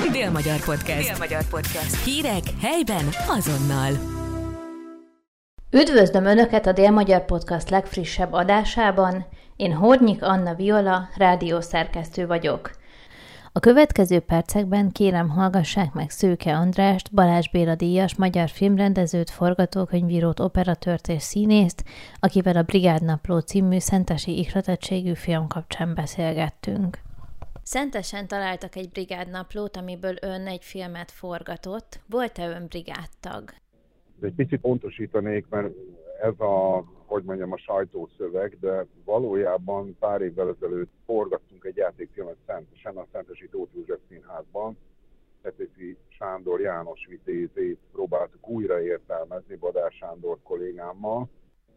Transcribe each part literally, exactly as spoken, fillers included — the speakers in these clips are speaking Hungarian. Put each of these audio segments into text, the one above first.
Dél-Magyar Podcast. Dél-Magyar Podcast. Hírek helyben azonnal. Üdvözlöm Önöket a Dél-Magyar Podcast legfrissebb adásában. Én Hornyik Anna Viola, rádiószerkesztő vagyok. A következő percekben kérem hallgassák meg Szőke Andrást, Balázs Béla díjas magyar filmrendezőt, forgatókönyvírót, operatőrt és színészt, akivel a Brigádnapló című szentesi ihletettségű film kapcsán beszélgettünk. Szentesen találtak egy brigádnaplót, amiből ön egy filmet forgatott. Volt-e ön brigádtag? Egy picit pontosítanék, mert ez a, hogy mondjam, a sajtószöveg, de valójában pár évvel ezelőtt forgattunk egy játékfilmet Szentesen, a Szentesi Tóth József Színházban. Petőfi Sándor János vitézét próbáltuk újra értelmezni Badár Sándor kollégámmal,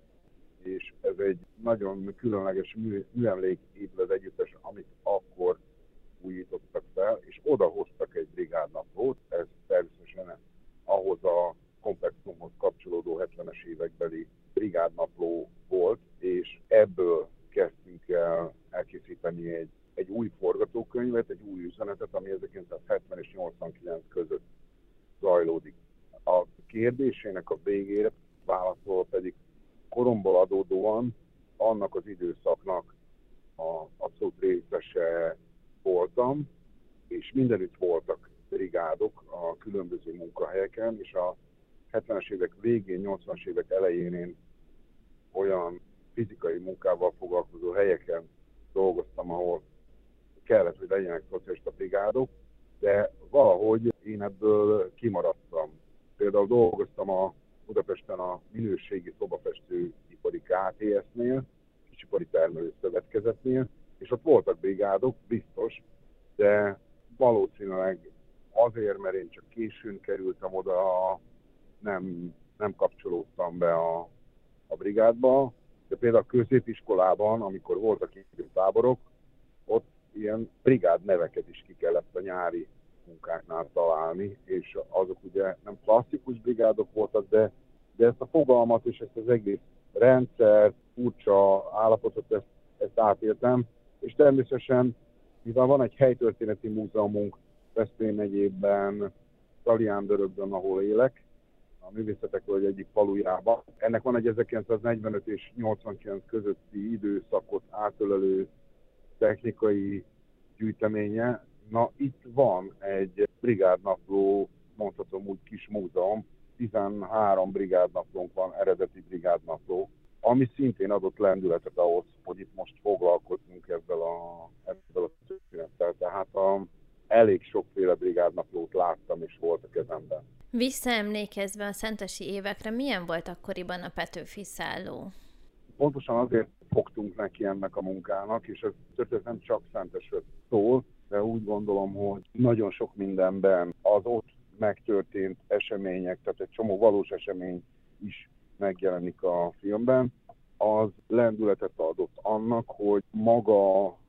és ez egy nagyon különleges mű, műemléképület együttes, amit akkor újítottak fel, és oda hoztak egy brigádnaplót, ez természetesen ahhoz a komplexumhoz kapcsolódó hetvenes évekbeli brigádnapló volt, és ebből kezdtünk el elkészíteni egy, egy új forgatókönyvet, egy új üzenetet, ami ezerkilencszázhetven és nyolcvankilenc között zajlódik. A kérdésének a végére válaszol pedig koromból adódóan annak az időszaknak a abszolút részese voltam, és mindenütt voltak brigádok a különböző munkahelyeken, és a hetvenes évek végén, nyolcvanas évek elején én olyan fizikai munkával foglalkozó helyeken dolgoztam, ahol kellett, hogy legyenek szocialista brigádok, de valahogy én ebből kimaradtam. Például dolgoztam a Budapesten a minőségi szobafestőipari ká té es-nél, Kisipari Termelő Szövetkezetnél, és ott voltak brigádok, biztos, de valószínűleg azért, mert én csak későn kerültem oda, nem, nem kapcsolódtam be a, a brigádba, de például a középiskolában, amikor voltak időtáborok, ott ilyen brigád neveket is ki kellett a nyári munkáknál találni, és azok ugye nem klasszikus brigádok voltak, de, de ezt a fogalmat és ezt az egész rendszer, furcsa állapotot, ezt, ezt átéltem, és természetesen, mivel van egy helytörténeti múzeumunk Veszprém megyében, Talián-Dörögdön, ahol élek, a Művészetek Völgye egyik falujában. Ennek van egy ezerkilencszáznegyvenöt és nyolcvankilenc közötti időszakot átölelő technikai gyűjteménye. Na, itt van egy brigádnapló, mondhatom úgy kis múzeum, tizenhárom brigádnaplónk van, eredeti brigádnapló, ami szintén adott lendületet ahhoz, hogy itt most foglalkozunk ezzel a, ezzel a történettel. Tehát a, elég sokféle brigádnaplót láttam és volt a kezemben. Visszaemlékezve a szentesi évekre, milyen volt akkoriban a Petőfi szálló? Pontosan azért fogtunk neki ennek a munkának, és ez történet nem csak Szentesről szól, de úgy gondolom, hogy nagyon sok mindenben az ott megtörtént események, tehát egy csomó valós esemény is megjelenik a filmben, az lendületet adott annak, hogy maga a,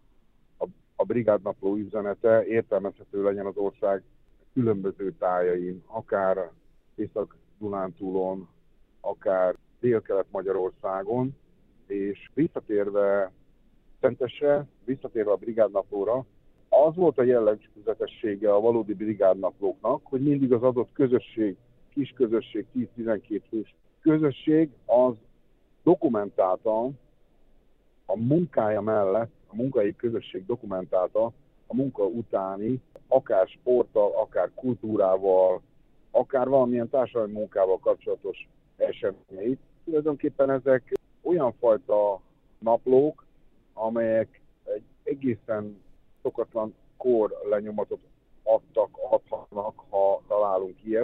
a brigádnapló üzenete értelmezhető legyen az ország különböző tájain, akár Észak-Dunántúlon, akár Dél-Kelet-Magyarországon, és visszatérve Szentesre, visszatérve a brigádnaplóra, az volt a jellegzetessége a valódi brigádnaplóknak, hogy mindig az adott közösség, kis közösség, tíz-tizenkét fős közösség az dokumentálta a munkája mellett, a munkai közösség dokumentálta a munka utáni, akár sporttal, akár kultúrával, akár valamilyen társadalmi munkával kapcsolatos eseményeit. Tulajdonképpen ezek olyan fajta naplók, amelyek egy egészen szokatlan kor lenyomatot adtak, adhatnak, ha találunk ilyet,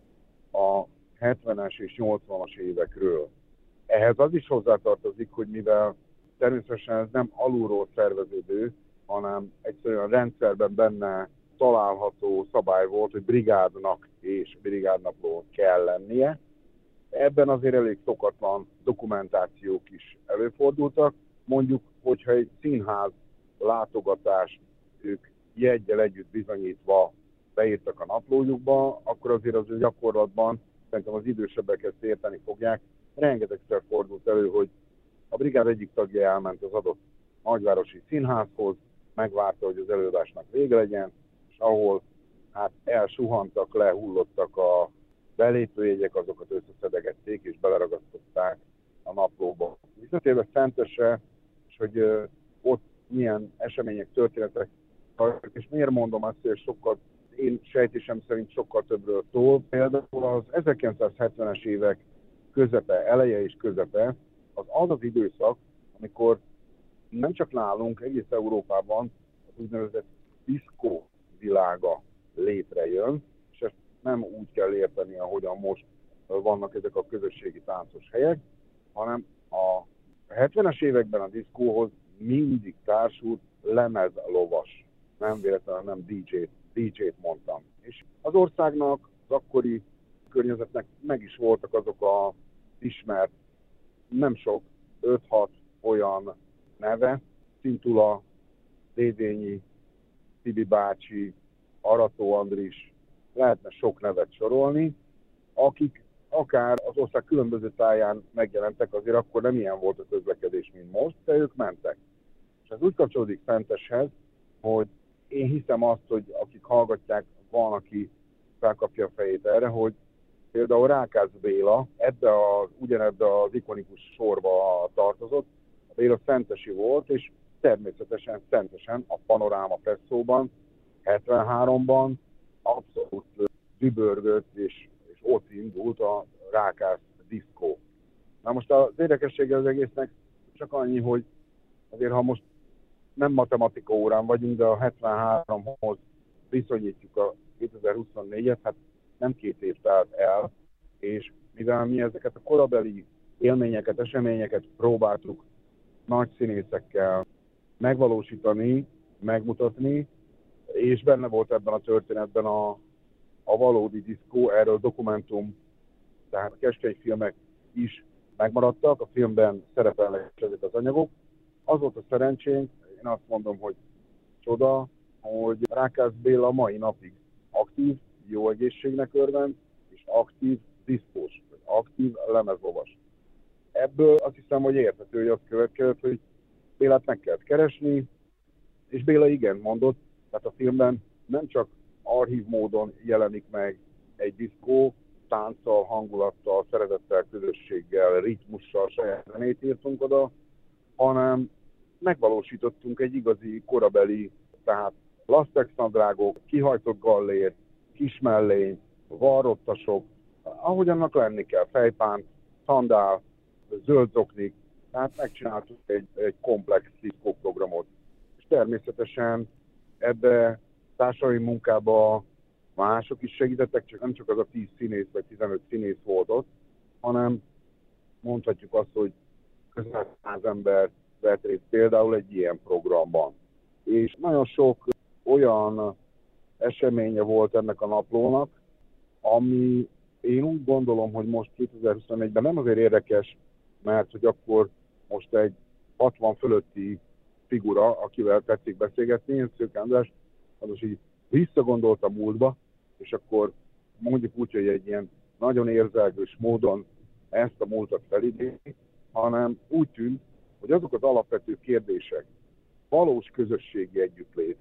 a hetvenes és nyolcvanas évekről. Ehhez az is hozzátartozik, hogy mivel természetesen ez nem alulról szerveződő, hanem egyszerűen rendszerben benne található szabály volt, hogy brigádnak és brigádnaplónak kell lennie. Ebben azért elég szokatlan dokumentációk is előfordultak. Mondjuk, hogyha egy színház látogatást ők jeggyel együtt bizonyítva beírtak a naplójukba, akkor azért az gyakorlatban, szerintem az idősebbek ezt érteni fogják, rengetegszer fordult elő, hogy a brigád egyik tagja elment az adott nagyvárosi színházhoz, megvárta, hogy az előadásnak vége legyen, és ahol hát elsuhantak, lehullottak a belépőjegyek, azokat összeszedegették és beleragasztották a naplóba. Visszatérve Szentesre, és hogy uh, ott milyen események, történetek, és miért mondom azt, hogy sokkal, én sejtésem szerint sokkal többről szól. Például az ezerkilencszázhetvenes évek közepe, eleje és közepe, az az az időszak, amikor nem csak nálunk, egész Európában az úgynevezett diszkó világa létrejön, és ezt nem úgy kell érteni, ahogyan most vannak ezek a közösségi táncos helyek, hanem a hetvenes években a diszkóhoz mindig társult lemezlovas. Nem véletlenül nem dé dzsét, dé dzsét mondtam. És az országnak, az akkori környezetnek meg is voltak azok a ismert, nem sok, öt-hat olyan neve, Szintula, Dédényi, Tibi bácsi, Arató Andris, lehetne sok nevet sorolni, akik akár az ország különböző táján megjelentek, azért akkor nem ilyen volt a közlekedés, mint most, de ők mentek. És ez úgy kapcsolódik Szenteshez, hogy én hiszem azt, hogy akik hallgatják, van, aki felkapja a fejét erre, hogy például Rákász Béla ebbe a, ugyanebbe az ikonikus sorba tartozott, a Béla szentesi volt, és természetesen Szentesen a Panoráma Presszóban, hetvenháromban abszolút dübörgött, és, és ott indult a Rákász diszkó. Na most az érdekessége az egésznek csak annyi, hogy azért ha most nem matematika órán vagyunk, de a hetvenháromhoz viszonyítjuk a kétezer-huszonnégyet, hát nem két év telt el, és mivel mi ezeket a korabeli élményeket, eseményeket próbáltuk nagy színészekkel megvalósítani, megmutatni, és benne volt ebben a történetben a, a valódi diszkó, erről dokumentum, tehát a keskeny filmek is megmaradtak, a filmben szerepelnek ezek az anyagok. Az volt a szerencsénk, én azt mondom, hogy csoda, hogy Rákász Béla mai napig aktív, jó egészségnek örvend, és aktív diszkós, vagy aktív lemezlovas. Ebből azt hiszem, hogy érthető, hogy azt következett, hogy Bélát meg kellett keresni, és Béla igen mondott, tehát a filmben nem csak archív módon jelenik meg egy diszkó, tánccal, hangulattal, szeretettel, közösséggel, ritmussal, saját zenét írtunk oda, hanem megvalósítottunk egy igazi korabeli, tehát lasztexnadrágok, kihajtott gallér, kismellény, varrottasok, ahogy annak lenni kell, fejpánt, szandál, zöld zoknik, tehát megcsináltuk egy, egy komplex diszkóprogramot. És természetesen ebbe társadalmi munkába mások is segítettek, csak nem csak az a tíz színész vagy tizenöt színész volt ott, hanem mondhatjuk azt, hogy közel száz ember vett részt például egy ilyen programban. És nagyon sok olyan eseménye volt ennek a naplónak, ami én úgy gondolom, hogy most kétezer-huszonnégyben nem azért érdekes, mert hogy akkor most egy hatvan fölötti figura, akivel tetszik beszélgetni, én Szőke András, az most így visszagondolt a múltba, és akkor mondjuk úgy, hogy egy ilyen nagyon érzelgős módon ezt a múltat felidézni, hanem úgy tűnt, hogy azok az alapvető kérdések, valós közösségi együttlét,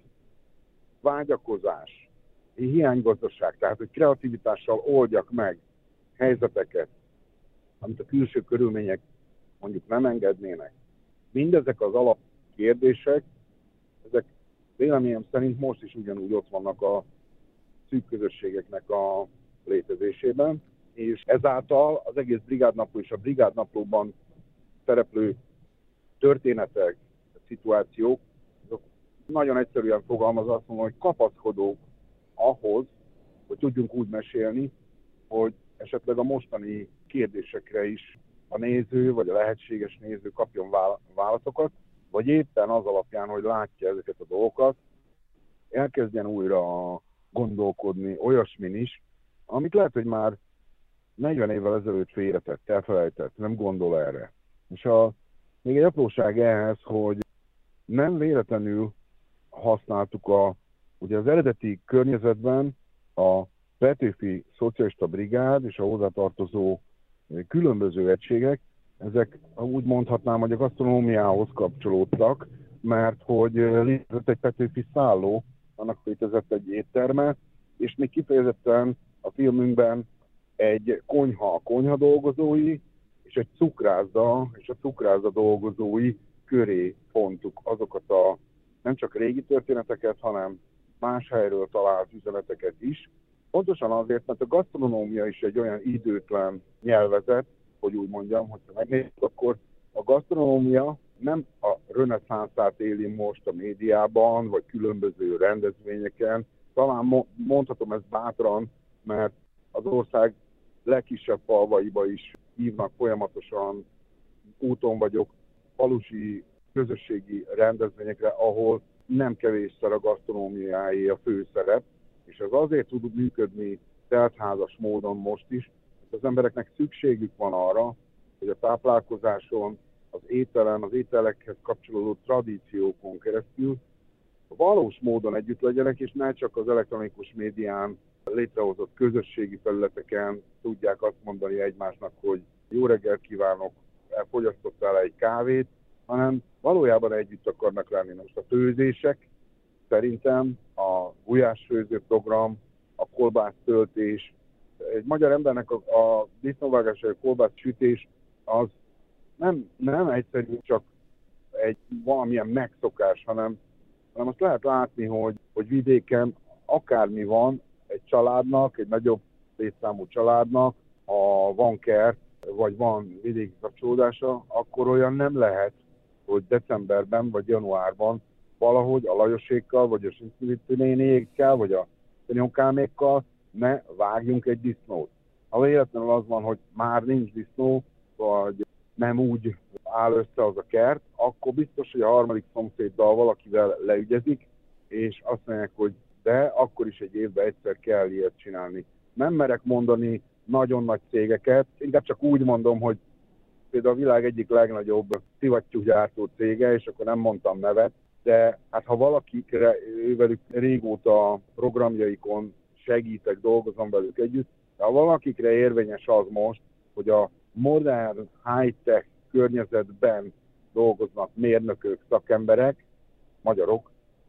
vágyakozás, hiánygazdaság, tehát hogy kreativitással oldjak meg helyzeteket, amit a külső körülmények mondjuk nem engednének. Mindezek az alapkérdések, ezek véleményem szerint most is ugyanúgy ott vannak a szűk közösségeknek a létezésében, és ezáltal az egész brigádnapló és a brigádnaplóban szereplő történetek, szituációk, azok nagyon egyszerűen fogalmazva azt mondom, hogy kapaszkodók ahhoz, hogy tudjunk úgy mesélni, hogy esetleg a mostani kérdésekre is a néző, vagy a lehetséges néző kapjon válaszokat, vagy éppen az alapján, hogy látja ezeket a dolgokat, elkezdjen újra gondolkodni olyasmin is, amit lehet, hogy már negyven évvel ezelőtt félretett, elfelejtett, nem gondol erre. És a, még egy apróság ehhez, hogy nem véletlenül használtuk a, ugye az eredeti környezetben a Petőfi Szocialista Brigád és a hozzátartozó különböző egységek, ezek úgy mondhatnám, hogy a gasztronómiához kapcsolódtak, mert hogy létezett egy Petőfi szálló, annak létezett egy étterme, és még kifejezetten a filmünkben egy konyha a konyha dolgozói, és egy cukrászda és a cukrászda dolgozói köré fontuk azokat a nem csak régi történeteket, hanem más helyről talált üzeneteket is. Pontosan azért, mert a gasztronómia is egy olyan időtlen nyelvezet, hogy úgy mondjam, hogyha megnézzük, akkor a gasztronómia nem a reneszánszát éli most a médiában, vagy különböző rendezvényeken. Talán mondhatom ezt bátran, mert az ország legkisebb falvaiba is hívnak folyamatosan, úton vagyok falusi közösségi rendezvényekre, ahol nem kevésszer a gasztronómiáé a főszerep, és ez azért tud működni teltházas módon most is, hogy az embereknek szükségük van arra, hogy a táplálkozáson, az ételen, az ételekhez kapcsolódó tradíciókon keresztül valós módon együtt legyenek, és ne csak az elektronikus médián létrehozott közösségi felületeken tudják azt mondani egymásnak, hogy jó reggelt kívánok, elfogyasztottál egy kávét, hanem valójában együtt akarnak lenni. Most a főzések, szerintem a gulyásfőző program, a kolbásztöltés, egy magyar embernek a, a disznóvágás vagy a kolbászsütés az nem, nem egyszerű csak egy valamilyen megszokás, hanem, hanem azt lehet látni, hogy, hogy vidéken akármi van, egy családnak, egy nagyobb létszámú családnak, ha van kert, vagy van vidéki kapcsolódása, akkor olyan nem lehet, hogy decemberben vagy januárban valahogy a Lajosékkal, vagy a Sinsziliti néniékkel, vagy a Tenyonkámékkal ne vágjunk egy disznót. Ha véletlenül az van, hogy már nincs disznó, vagy nem úgy áll össze az a kert, akkor biztos, hogy a harmadik szomszéddal valakivel leügyezik, és azt mondják, hogy de akkor is egy évben egyszer kell ilyet csinálni. Nem merek mondani nagyon nagy cégeket, inkább csak úgy mondom, hogy például a világ egyik legnagyobb szivattyúgyártó cége, és akkor nem mondtam nevet, de hát ha valakikre, ővelük régóta programjaikon segítek, dolgozom velük együtt, de ha valakikre érvényes az most, hogy a modern high-tech környezetben dolgoznak mérnökök, szakemberek, magyarok,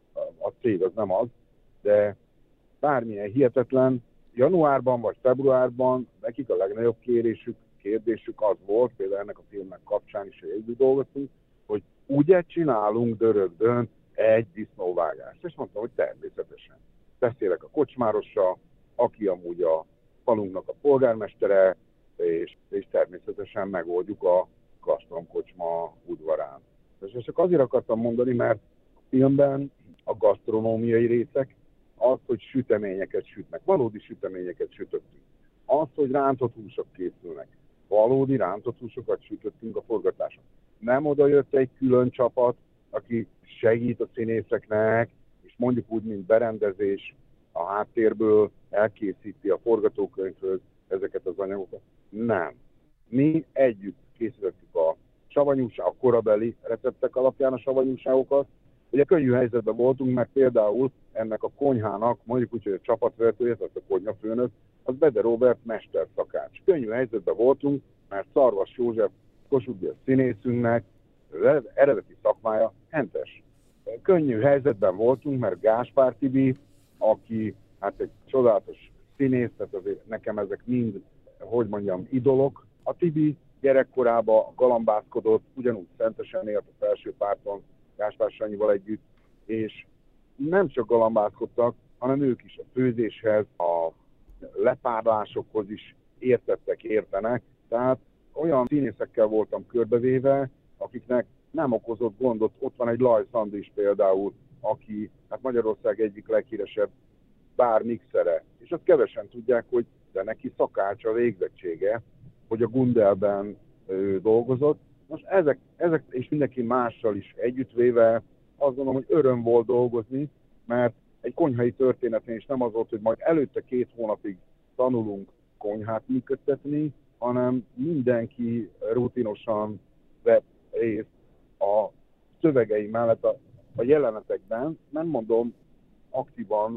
a cég az nem az, de bármilyen hihetetlen, januárban vagy februárban nekik a legnagyobb kérésük, kérdésük az volt, például ennek a filmnek kapcsán is, hogy együtt dolgoztunk, hogy ugye csinálunk Dörögdön egy disznóvágást. És mondtam, hogy természetesen. Beszélek a kocsmárossal, aki amúgy a falunknak a polgármestere, és, és természetesen megoldjuk a gasztronkocsma udvarán. És csak azért akartam mondani, mert a filmben a gasztronómiai részek, az, hogy süteményeket sütnek, valódi süteményeket sütöttünk. Az, hogy rántott húsok készülnek, valódi rántott húsokat sütöttünk a forgatáson. Nem oda jött egy külön csapat, aki segít a színészeknek, és mondjuk úgy, mint berendezés a háttérből elkészíti a forgatókönyvhöz ezeket az anyagokat. Nem. Mi együtt készítettük a savanyúság, a korabeli receptek alapján a savanyúságokat. Ugye könnyű helyzetben voltunk, mert például ennek a konyhának, mondjuk úgy, hogy a csapatvezetője, tehát a konyhafőnök, az Bede Róbert mesterszakács. Könnyű helyzetben voltunk, mert Szarvas József, Kossuth Díjas színészünknek eredeti szakmája hentes. Könnyű helyzetben voltunk, mert Gáspár Tibi, aki hát egy csodálatos színész, tehát azért nekem ezek mind, hogy mondjam, idolok. A Tibi gyerekkorában galambászkodott, ugyanúgy Szentesen élt a felső párton, Gáspár Sanyival együtt, és nem csak galambászkodtak, hanem ők is a főzéshez, a lepárlásokhoz is értettek, értenek. Tehát olyan színészekkel voltam körbevéve, akiknek nem okozott gondot. Ott van egy Lajsz Andris például, aki hát Magyarország egyik leghíresebb bármixere. És azt kevesen tudják, hogy de neki szakács a végzettsége, hogy a Gundelben ő dolgozott. Most ezek, ezek és mindenki mással is együttvéve azt gondolom, hogy öröm volt dolgozni, mert egy konyhai történetén is nem az volt, hogy majd előtte két hónapig tanulunk konyhát működtetni, hanem mindenki rutinosan vett részt a szövegei mellett a, a jelenetekben, nem mondom, aktívan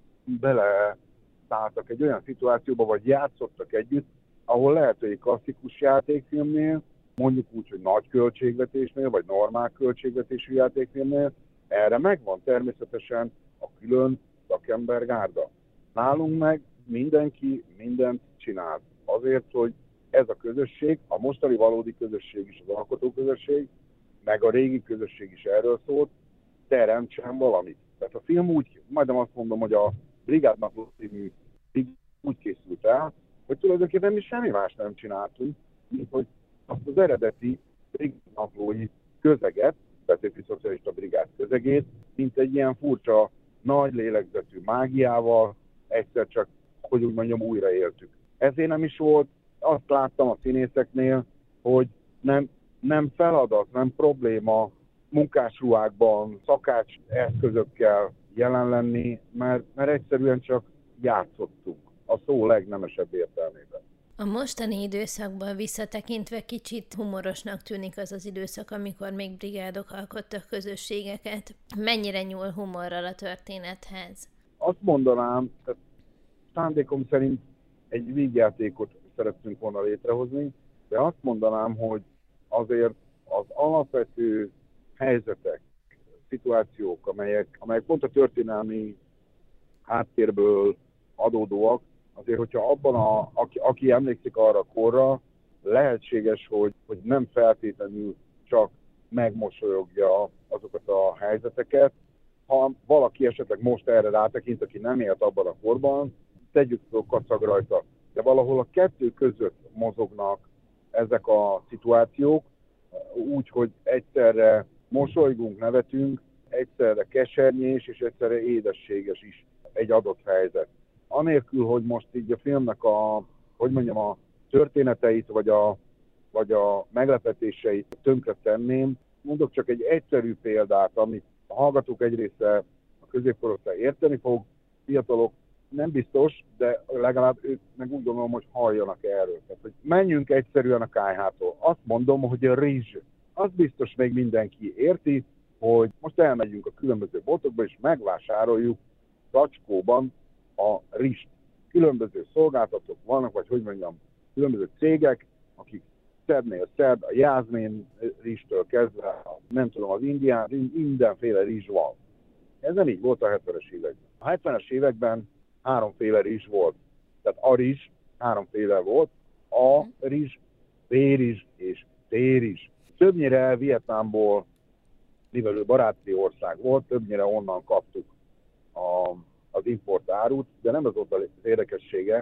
bele szálltak egy olyan szituációba, vagy játszottak együtt, ahol lehet, hogy egy klasszikus játékfilmnél, mondjuk úgy, hogy nagy költségvetésnél, vagy normál költségvetésű játékfilmnél, erre megvan természetesen a külön szakembergárda. Nálunk meg mindenki mindent csinál. Azért, hogy ez a közösség, a mostani valódi közösség is, az alkotóközösség, meg a régi közösség is erről szólt, teremtsen valamit. Tehát a film úgy, majdnem azt mondom, hogy a Brigádnapló című úgy készült el, hogy tulajdonképpen mi semmi más nem csináltunk, mint hogy azt az eredeti brigádnaplói közeget, Petőfi Szocialista Brigád közegét, mint egy ilyen furcsa, nagy lélegzetű mágiával egyszer csak, hogy úgy mondjam, újraéltük. Ezért nem is volt, azt láttam a színészeknél, hogy nem, nem feladat, nem probléma munkásruhákban, szakács eszközökkel jelen lenni, mert, mert egyszerűen csak játszottunk a szó legnemesebb értelmében. A mostani időszakban visszatekintve kicsit humorosnak tűnik az az időszak, amikor még brigádok alkottak közösségeket. Mennyire nyúl humorral a történethez? Azt mondanám, tehát szándékom szerint egy vígjátékot szerettünk volna létrehozni, de azt mondanám, hogy azért az alapvető helyzetek, szituációk, amelyek, amelyek pont a történelmi háttérből adódóak, azért, hogyha abban, a, aki, aki emlékszik arra a korra, lehetséges, hogy, hogy nem feltétlenül csak megmosolyogja azokat a helyzeteket. Ha valaki esetleg most erre rátekint, aki nem élt abban a korban, tegyük a kacag rajta. De valahol a kettő között mozognak ezek a szituációk, úgy, hogy egyszerre mosolygunk, nevetünk, egyszerre kesernyés és egyszerre édességes is egy adott helyzet. Anélkül, hogy most így a filmnek a, hogy mondjam, a történeteit vagy a, vagy a meglepetéseit tönkre tenném, mondok csak egy egyszerű példát, amit a hallgatók egy része a középkorosztály érteni fog, fiatalok nem biztos, de legalább ők meg úgy gondolom, hogy halljanak erről. Tehát, hogy menjünk egyszerűen a kályhától. Azt mondom, hogy a rizs. Az biztos még mindenki érti, hogy most elmegyünk a különböző boltokba, és megvásároljuk zacskóban a rizst. Különböző szolgáltatók vannak, vagy hogy mondjam, különböző cégek, akik szednél szed, a jászmén rizstől kezdve, nem tudom, az indián, mindenféle rizs van. Ez nem így volt a hetvenes években. A hetvenes években háromféle rizs volt. Tehát a rizs háromféle volt, a rizs, B-rizs és T-rizs. Többnyire Vietnámból, mivel ő baráti ország volt, többnyire onnan kaptuk a, az import árut, de nem az ott az érdekessége,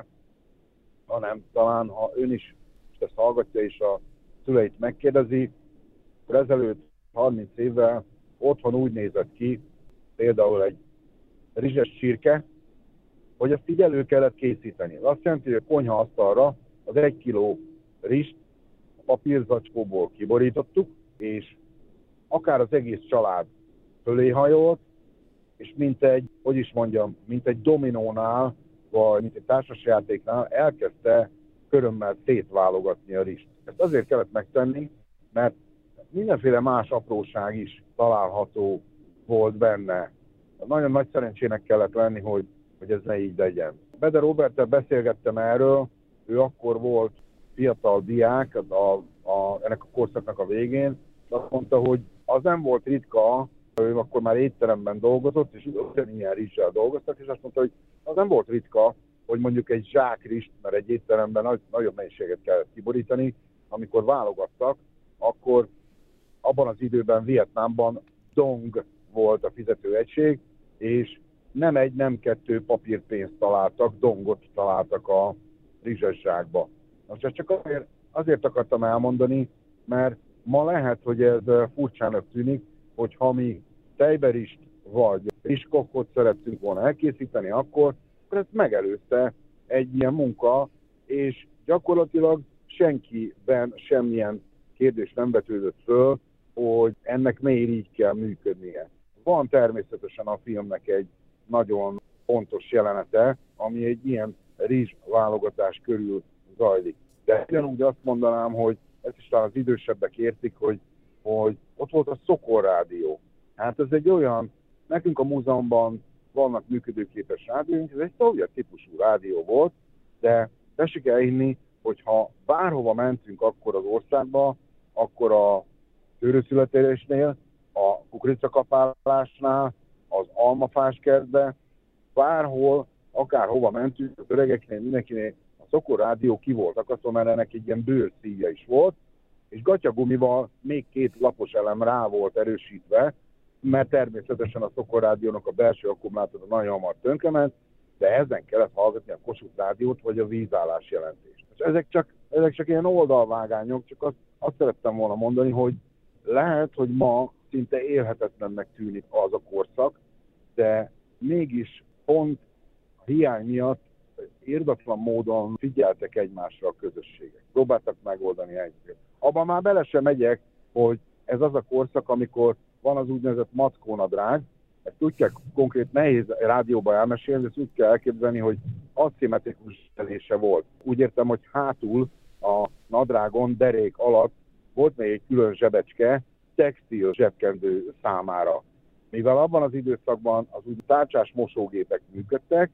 hanem talán, ha ön is ezt hallgatja és a szüleit megkérdezi, akkor ezelőtt harminc évvel otthon úgy nézett ki, például egy rizses csirke, hogy azt így elő kellett készíteni. Azt jelenti, hogy a konyhaasztalra az egy kiló rizst a papírzacskóból kiborítottuk, és akár az egész család fölé hajolt, és mint egy, hogy is mondjam, mint egy dominónál, vagy mint egy társasjátéknál elkezdte körömmel szétválogatni a rizst. Ezt azért kellett megtenni, mert mindenféle más apróság is található volt benne. Nagyon nagy szerencsének kellett lenni, hogy, hogy ez ne így legyen. Bede Roberttel beszélgettem erről, ő akkor volt fiatal diák a, a, ennek a korszaknak a végén, de azt mondta, hogy az nem volt ritka, ő akkor már étteremben dolgozott, és ugyanilyen rizssel dolgoztak, és azt mondta, hogy az nem volt ritka, hogy mondjuk egy zsák rizst, mert egy étteremben nagy, nagyobb mennyiséget kellett kiborítani, amikor válogattak, akkor abban az időben Vietnámban dong volt a fizetőegység, és nem egy, nem kettő papírpénzt találtak, dongot találtak a rizses zsákba. Most ezt csak azért, azért akartam elmondani, mert ma lehet, hogy ez furcsának tűnik, hogy ha mi tejberist vagy rizskokkot szerettünk volna elkészíteni, akkor, akkor ezt megelőzte egy ilyen munka, és gyakorlatilag senkiben semmilyen kérdés nem vetődött föl, hogy ennek miért így kell működnie. Van természetesen a filmnek egy nagyon fontos jelenete, ami egy ilyen rizs válogatás körül zajlik. De ugyanúgy azt mondanám, hogy ezt is talán az idősebbek értik, hogy, hogy ott volt a Szokor rádió. Hát ez egy olyan, nekünk a múzeumban vannak működőképes rádióink, ez egy szovjet típusú rádió volt, de tessék elhinni, hogyha bárhova mentünk akkor az országba, akkor a szőlőszületésnél, a kukoricakapálásnál, az almafás kertbe, bárhol akárhova mentünk, az öregeknél, mindenkinél a Szokor rádió ki volt akasztva, mert ennek egy ilyen bőr szíja is volt, és gatyagumival még két lapos elem rá volt erősítve, mert természetesen a Szokor rádiónak a belső akkumulátora nagyon hamar tönkrement, de ezen kellett hallgatni a Kossuth rádiót, vagy a vízállás jelentést. És ezek csak, ezek csak ilyen oldalvágányok, csak azt, azt szerettem volna mondani, hogy lehet, hogy ma szinte élhetetlennek tűnik az a korszak, de mégis pont a hiány miatt irdatlan módon figyeltek egymásra a közösségek. Próbáltak megoldani helyzetet. Abban már bele sem megyek, hogy ez az a korszak, amikor van az úgynevezett mackónadrág. Ezt úgy kell, konkrét nehéz rádióban elmesélni, de ezt úgy kell elképzelni, hogy aszimmetrikus viselése volt. Úgy értem, hogy hátul a nadrágon, derék alatt volt még egy külön zsebecske, textil zsebkendő számára. Mivel abban az időszakban az úgy tárcsás mosógépek működtek,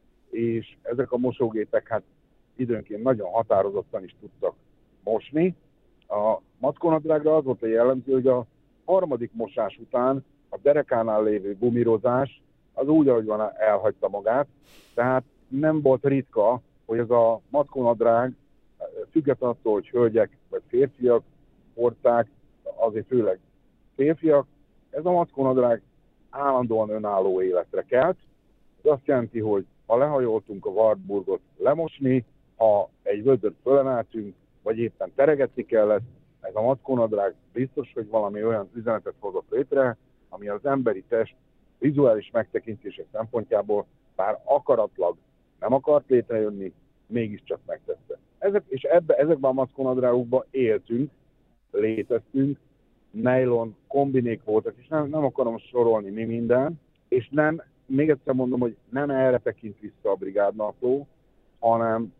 és ezek a mosógépek hát időnként nagyon határozottan is tudtak mosni. A mackónadrágra az volt a jellemző, hogy a harmadik mosás után a derekánál lévő gumírozás az úgy, ahogy van, elhagyta magát, tehát nem volt ritka, hogy ez a mackónadrág, függetlenül attól, hogy hölgyek vagy férfiak hordták, azért főleg férfiak, ez a mackónadrág állandóan önálló életre kelt. Ez azt jelenti, hogy ha lehajoltunk a Wartburgot lemosni, ha egy vödört fölemeltünk, vagy éppen teregetni kellett, ez a mackónadrág biztos, hogy valami olyan üzenetet hozott létre, ami az emberi test vizuális megtekintése szempontjából bár akaratlag nem akart létrejönni, mégiscsak megtette. Ezek, és ebbe, ezekben a mackónadrágokban éltünk, léteztünk, nylon kombinék voltak, és nem, nem akarom sorolni mi minden, és nem, még egyszer mondom, hogy nem erre tekint vissza a brigádnapló, hanem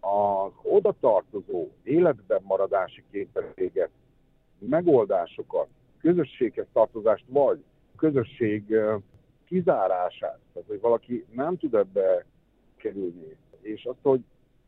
az oda tartozó életben maradási képességet, megoldásokat, közösséghez tartozást, vagy közösség kizárását, tehát hogy valaki nem tud ebbe kerülni, és azt, hogy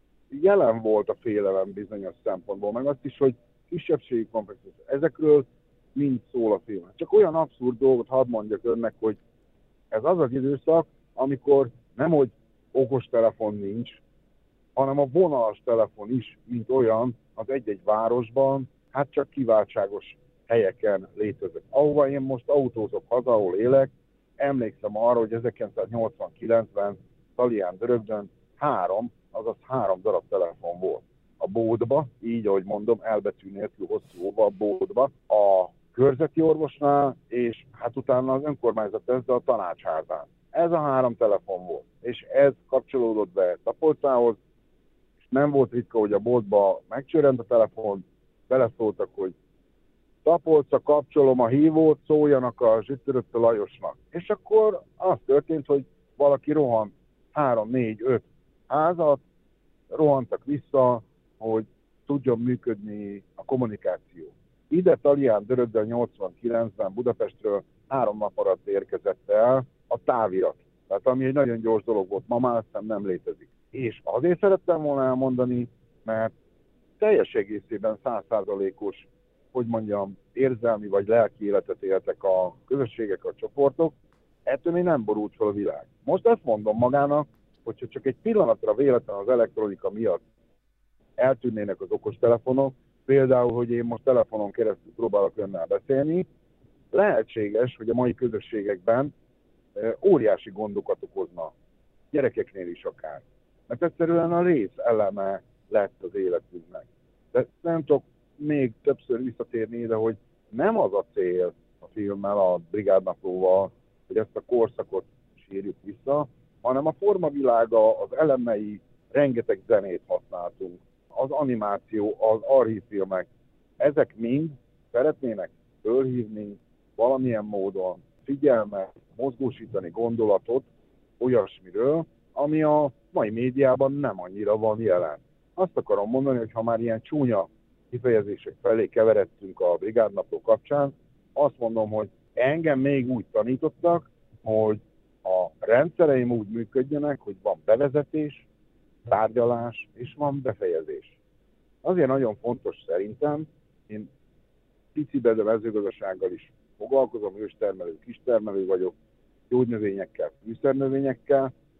jelen volt a félelem bizonyos szempontból, meg azt is, hogy kisebbségi komplexus. Ezekről mind szól a film. Csak olyan abszurd dolgot hadd mondjak önnek, hogy ez az az időszak, amikor nem, hogy okostelefon nincs, hanem a vonalas telefon is, mint olyan az egy-egy városban, hát csak kiváltságos helyeken létezik. Ahova én most autózok haza, ahol élek, emlékszem arra, hogy ezerkilencszáznyolcvankilencben Szalián-Dörögdön három, azaz három darab telefon volt. A bódba, így ahogy mondom, elbetű nélkül hosszú óva a bódba, a körzeti orvosnál, és hát utána az önkormányzat ezzel a tanácsházán. Ez a három telefon volt, és ez kapcsolódott be Tapolcához, és nem volt ritka, hogy a boltba megcsörrent a telefon, beleszóltak, hogy Tapolca, kapcsolom a hívót, szóljanak a Zsüttörötte Lajosnak. És akkor az történt, hogy valaki rohant három, négy, öt házat, rohantak vissza, hogy tudjon működni a kommunikáció. Ide Szalián-Dörögdön nyolcvankilencben Budapestről három nap alatt érkezett el a távirat. Tehát ami egy nagyon gyors dolog volt, ma már aztán nem létezik. És azért szerettem volna elmondani, mert teljes egészében száz százalékos, hogy mondjam, érzelmi vagy lelki életet éltek a közösségek, a csoportok, ettől még nem borult fel a világ. Most ezt mondom magának, hogyha csak egy pillanatra véletlen az elektronika miatt eltűnnének az okostelefonok, például, hogy én most telefonon keresztül próbálok önnel beszélni, lehetséges, hogy a mai közösségekben óriási gondokat okozna, gyerekeknél is akár. Mert egyszerűen a rész eleme lett az életünknek. De nem tudok még többször visszatérni ide, hogy nem az a cél a filmmel, a brigádnaplóval, hogy ezt a korszakot sírjuk vissza, hanem a formavilága, az elemei, rengeteg zenét használtunk, az animáció, az archívfilmek, ezek mind szeretnének fölhívni valamilyen módon figyelmet, mozgósítani gondolatot olyasmiről, ami a mai médiában nem annyira van jelen. Azt akarom mondani, hogy ha már ilyen csúnya kifejezések felé keveredtünk a brigádnapló kapcsán, azt mondom, hogy engem még úgy tanítottak, hogy a rendszereim úgy működjenek, hogy van bevezetés, tárgyalás és van befejezés. Azért nagyon fontos szerintem, én picibe, de mezőgazdasággal is foglalkozom, őstermelő, kistermelő vagyok, gyógynövényekkel, fűszernövényekkel,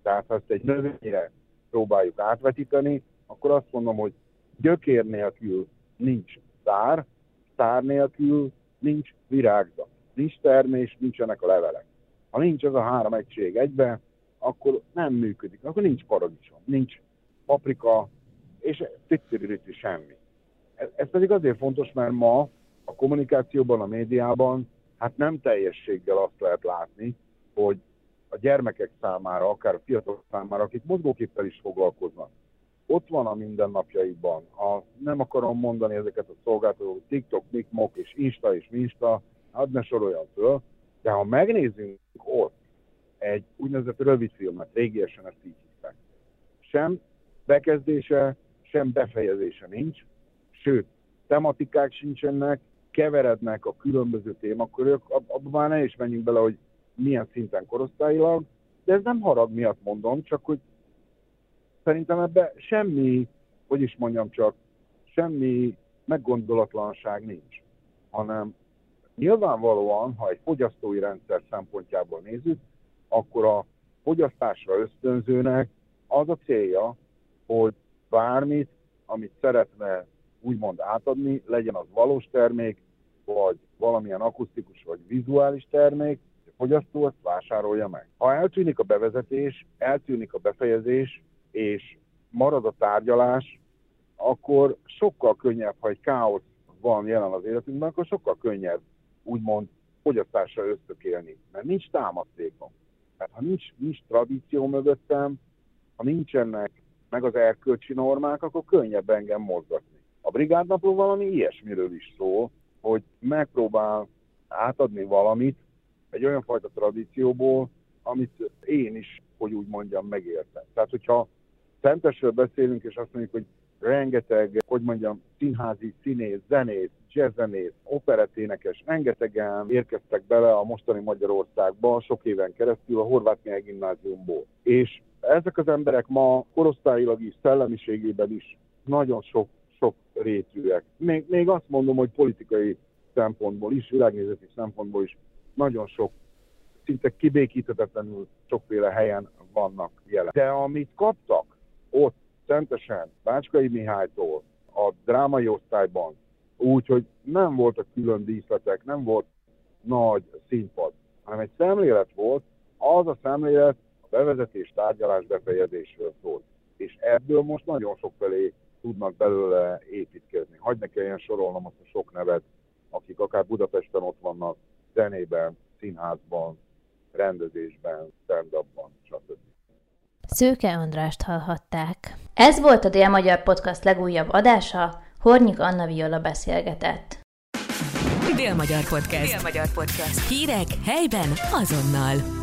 Tehát ha ezt egy növényre próbáljuk átvetíteni, akkor azt mondom, hogy gyökér nélkül nincs szár, szár nélkül nincs virágzat, nincs termés, nincsenek a levelek. Ha nincs ez a három egység egybe, akkor nem működik, akkor nincs paradicsom, nincs paprika, és tittiririti semmi. Ez pedig azért fontos, mert ma a kommunikációban, a médiában hát nem teljességgel azt lehet látni, hogy a gyermekek számára, akár a fiatalok számára, akik mozgóképpel is foglalkoznak, ott van a mindennapjaikban. A, nem akarom mondani ezeket a szolgáltatók, TikTok, Mikmok és Insta és Minsta, hát ne soroljam föl, de ha megnézzünk ott egy úgynevezett rövidfilmet, régiesen ezt így hívták, sem bekezdése, sem befejezése nincs, sőt, tematikák sincsenek, keverednek a különböző témakörök, abban már ne is menjünk bele, hogy milyen szinten korosztályilag, de ez nem harag miatt mondom, csak hogy szerintem ebben semmi, hogy is mondjam csak, semmi meggondolatlanság nincs, hanem nyilvánvalóan, ha egy fogyasztói rendszer szempontjából nézzük, akkor a fogyasztásra ösztönzőnek az a célja, hogy bármit, amit szeretne úgymond átadni, legyen az valós termék, vagy valamilyen akusztikus vagy vizuális termék, a fogyasztó ezt vásárolja meg. Ha eltűnik a bevezetés, eltűnik a befejezés, és marad a tárgyalás, akkor sokkal könnyebb, ha egy káosz van jelen az életünkben, akkor sokkal könnyebb úgymond fogyasztásra ösztökélni, mert nincs támasztékom. Tehát ha nincs, nincs tradíció mögöttem, ha nincsenek meg az erkölcsi normák, akkor könnyebb engem mozgatni. A brigádnapról valami ilyesmiről is szól, hogy megpróbál átadni valamit egy olyan fajta tradícióból, amit én is, hogy úgy mondjam, megértem. Tehát, hogyha Szentesről beszélünk, és azt mondjuk, hogy rengeteg, hogy mondjam, színházi, színész, zenész, jazzzenész, operetténekes, rengetegen érkeztek bele a mostani Magyarországba sok éven keresztül a Horváth Mihály Gimnáziumból. És ezek az emberek ma korosztályilag is, szellemiségében is nagyon sok, sok rétűek. Még, még azt mondom, hogy politikai szempontból is, világnézeti szempontból is nagyon sok, szinte kibékíthetetlenül sokféle helyen vannak jelen. De amit kaptak ott Szentesen, Bácskai Mihálytól, a drámai osztályban, úgyhogy nem voltak külön díszletek, nem volt nagy színpad, hanem egy szemlélet volt, az a szemlélet a bevezetés, tárgyalás, befejezésről szólt. És ebből most nagyon sok felé tudnak belőle építkezni. Hagy ne kelljen sorolnom azt a sok nevet, akik akár Budapesten ott vannak, zenében, színházban, rendezésben, stand-upban, stb. Szőke Andrást hallhatták. Ez volt a Dél-Magyar Podcast legújabb adása, Hornyik Anna Viola beszélgetett. Dél-Magyar Podcast. Dél-Magyar Podcast. Hírek helyben azonnal.